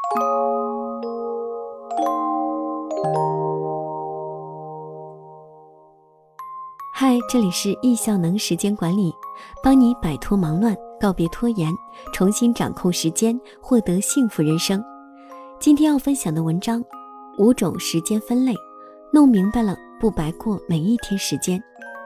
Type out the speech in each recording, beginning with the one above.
嗨，这里是易效能时间管理，帮你摆脱忙乱，告别拖延，重新掌控时间，获得幸福人生。今天要分享的文章，5种时间分类，弄明白了不白过每一天时间。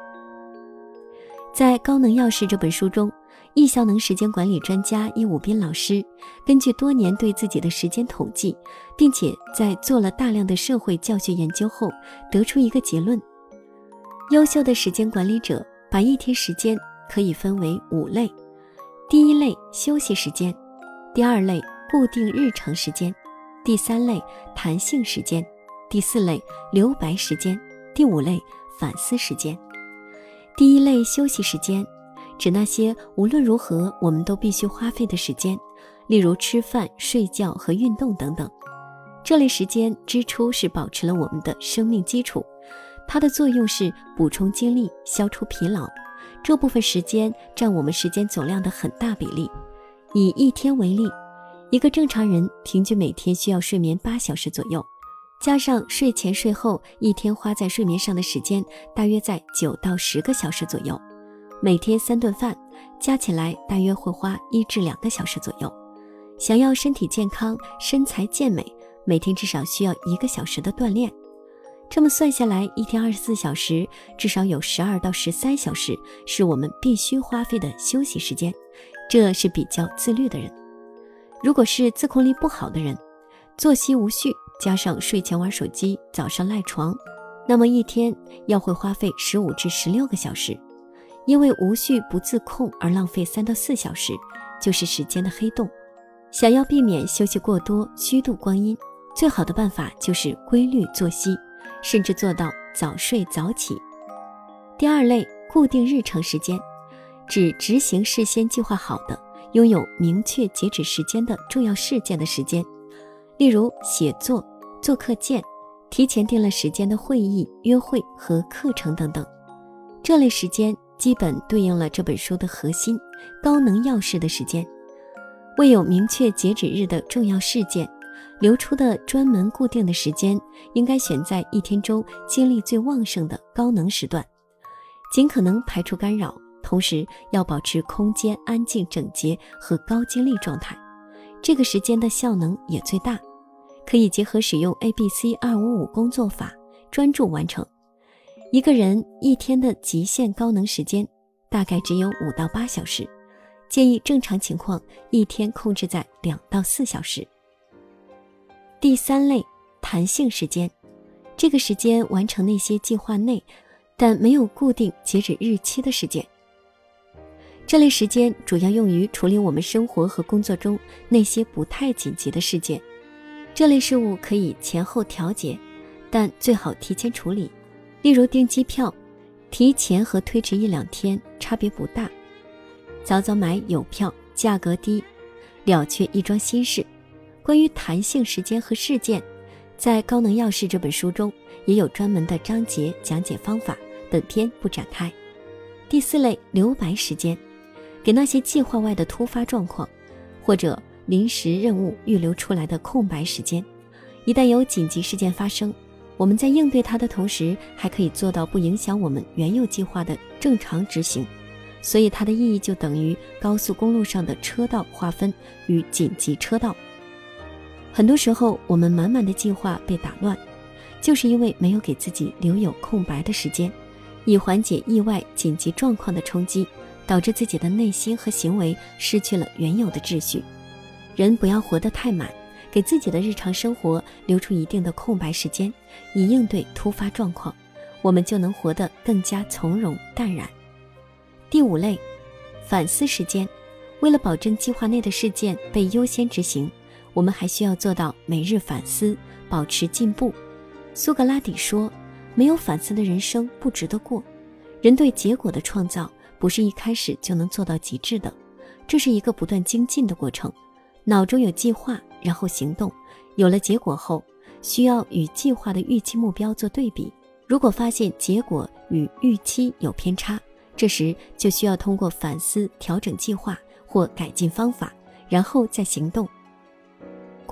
在《高能钥匙》这本书中，易效能时间管理专家叶武斌老师根据多年对自己的时间统计，并且在做了大量的社会教学研究后，得出一个结论：优秀的时间管理者把一天时间可以分为5类。第一类休息时间，第二类固定日程时间，第三类弹性时间，第四类留白时间，第5类反思时间。第一类休息时间指那些无论如何我们都必须花费的时间，例如吃饭、睡觉和运动等等。这类时间支出是保持了我们的生命基础，它的作用是补充精力，消除疲劳。这部分时间占我们时间总量的很大比例。以一天为例，一个正常人平均每天需要睡眠8小时左右，加上睡前睡后一天花在睡眠上的时间大约在9到10个小时左右，每天3顿饭加起来大约会花1至2个小时左右。想要身体健康、身材健美，每天至少需要1个小时的锻炼。这么算下来，一天24小时，至少有12到13小时是我们必须花费的休息时间，这是比较自律的人。如果是自控力不好的人，作息无序，加上睡前玩手机，早上赖床，那么一天要会花费15至16个小时。因为无序不自控而浪费3到4小时，就是时间的黑洞。想要避免休息过多，虚度光阴，最好的办法就是规律作息，甚至做到早睡早起。第二类固定日程时间，指执行事先计划好的，拥有明确截止时间的重要事件的时间，例如写作、做课件、提前定了时间的会议、约会和课程等等。这类时间基本对应了这本书的核心，高能钥匙的时间。为有明确截止日的重要事件，留出的专门固定的时间应该选在一天中精力最旺盛的高能时段，尽可能排除干扰，同时要保持空间安静整洁和高精力状态，这个时间的效能也最大。可以结合使用 ABC255 工作法专注完成。一个人一天的极限高能时间大概只有5到8小时，建议正常情况一天控制在2到4小时。第三类弹性时间，这个时间完成那些计划内但没有固定截止日期的事件。这类时间主要用于处理我们生活和工作中那些不太紧急的事件。这类事务可以前后调节，但最好提前处理。例如订机票，提前和推迟1-2天差别不大。早早买有票，价格低，了却一桩心事。关于弹性时间和事件，在《高能钥匙》这本书中也有专门的章节讲解方法，本篇不展开。第四类留白时间，给那些计划外的突发状况或者临时任务预留出来的空白时间。一旦有紧急事件发生，我们在应对它的同时，还可以做到不影响我们原有计划的正常执行。所以它的意义就等于高速公路上的车道划分与紧急车道。很多时候我们满满的计划被打乱，就是因为没有给自己留有空白的时间，以缓解意外紧急状况的冲击，导致自己的内心和行为失去了原有的秩序。人不要活得太满，给自己的日常生活留出一定的空白时间，以应对突发状况，我们就能活得更加从容淡然。第五类反思时间，为了保证计划内的事件被优先执行，我们还需要做到每日反思，保持进步。苏格拉底说，没有反思的人生不值得过。人对结果的创造不是一开始就能做到极致的，这是一个不断精进的过程。脑中有计划，然后行动，有了结果后，需要与计划的预期目标做对比。如果发现结果与预期有偏差，这时就需要通过反思调整计划或改进方法，然后再行动。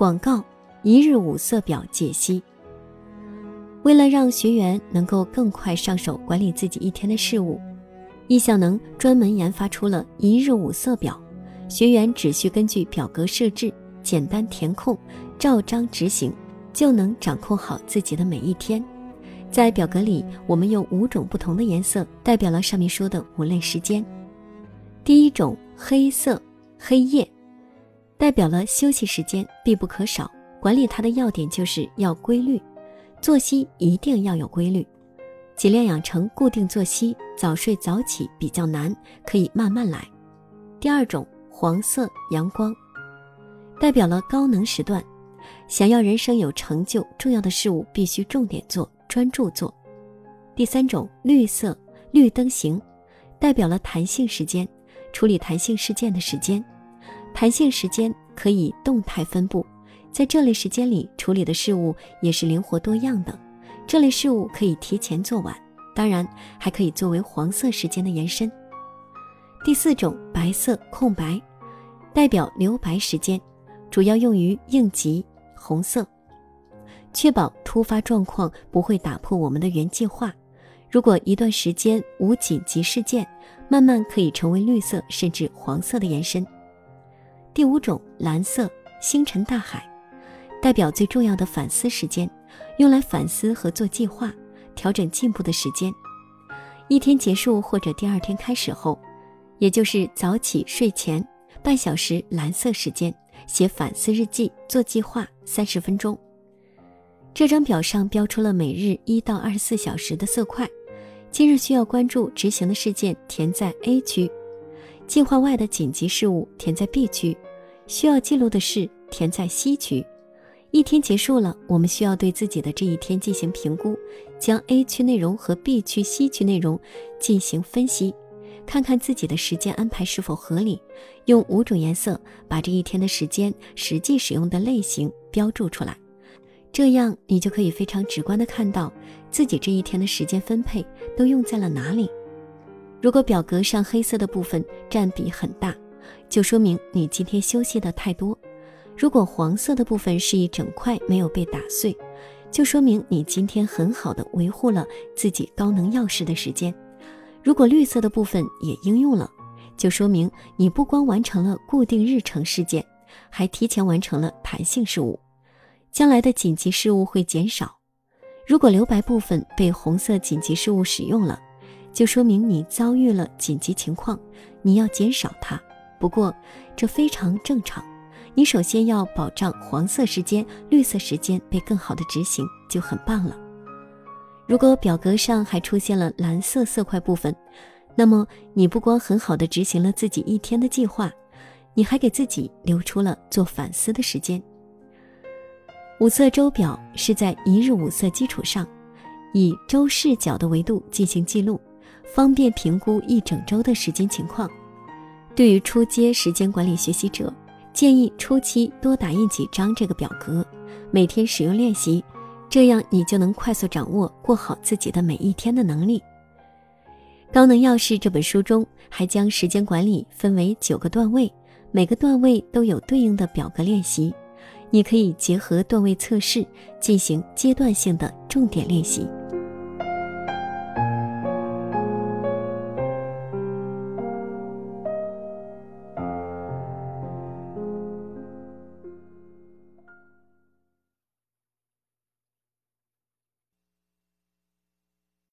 广告一日五色表解析。为了让学员能够更快上手管理自己一天的事务，易效能专门研发出了一日五色表，学员只需根据表格设置，简单填空，照章执行，就能掌控好自己的每一天。在表格里，我们用5种不同的颜色代表了上面说的5类时间。第一种黑色，黑夜，代表了休息时间必不可少，管理它的要点就是要规律，作息一定要有规律，尽量养成固定作息，早睡早起比较难，可以慢慢来。第二种黄色，阳光，代表了高能时段，想要人生有成就，重要的事物必须重点做，专注做。第三种绿色，绿灯型，代表了弹性时间，处理弹性事件的时间。弹性时间可以动态分布，在这类时间里处理的事物也是灵活多样的，这类事物可以提前做完，当然还可以作为黄色时间的延伸。第四种白色，空白，代表留白时间，主要用于应急，红色，确保突发状况不会打破我们的原计划。如果一段时间无紧急事件，慢慢可以成为绿色甚至黄色的延伸。第五种蓝色，星辰大海，代表最重要的反思时间，用来反思和做计划，调整进步的时间。一天结束或者第二天开始后，也就是早起睡前半小时蓝色时间，写反思日记，做计划30分钟。这张表上标出了每日1到24小时的色块，今日需要关注执行的事件填在 A 区，计划外的紧急事务填在 B 区，需要记录的事填在 C 区。一天结束了，我们需要对自己的这一天进行评估，将 A 区内容和 B 区、C 区内容进行分析，看看自己的时间安排是否合理，用5种颜色把这一天的时间实际使用的类型标注出来，这样你就可以非常直观地看到自己这一天的时间分配都用在了哪里。如果表格上黑色的部分占比很大，就说明你今天休息的太多；如果黄色的部分是一整块没有被打碎，就说明你今天很好地维护了自己高能要事的时间；如果绿色的部分也应用了，就说明你不光完成了固定日程事件，还提前完成了弹性事务，将来的紧急事务会减少。如果留白部分被红色紧急事务使用了，就说明你遭遇了紧急情况，你要减少它。不过这非常正常，你首先要保障黄色时间、绿色时间被更好的执行，就很棒了。如果表格上还出现了蓝色色块部分，那么你不光很好的执行了自己一天的计划，你还给自己留出了做反思的时间。5色周表是在一日5色基础上，以周视角的维度进行记录，方便评估一整周的时间情况。对于初阶时间管理学习者，建议初期多打印几张这个表格，每天使用练习，这样你就能快速掌握过好自己的每一天的能力。高能要事这本书中还将时间管理分为9个段位，每个段位都有对应的表格练习，你可以结合段位测试进行阶段性的重点练习。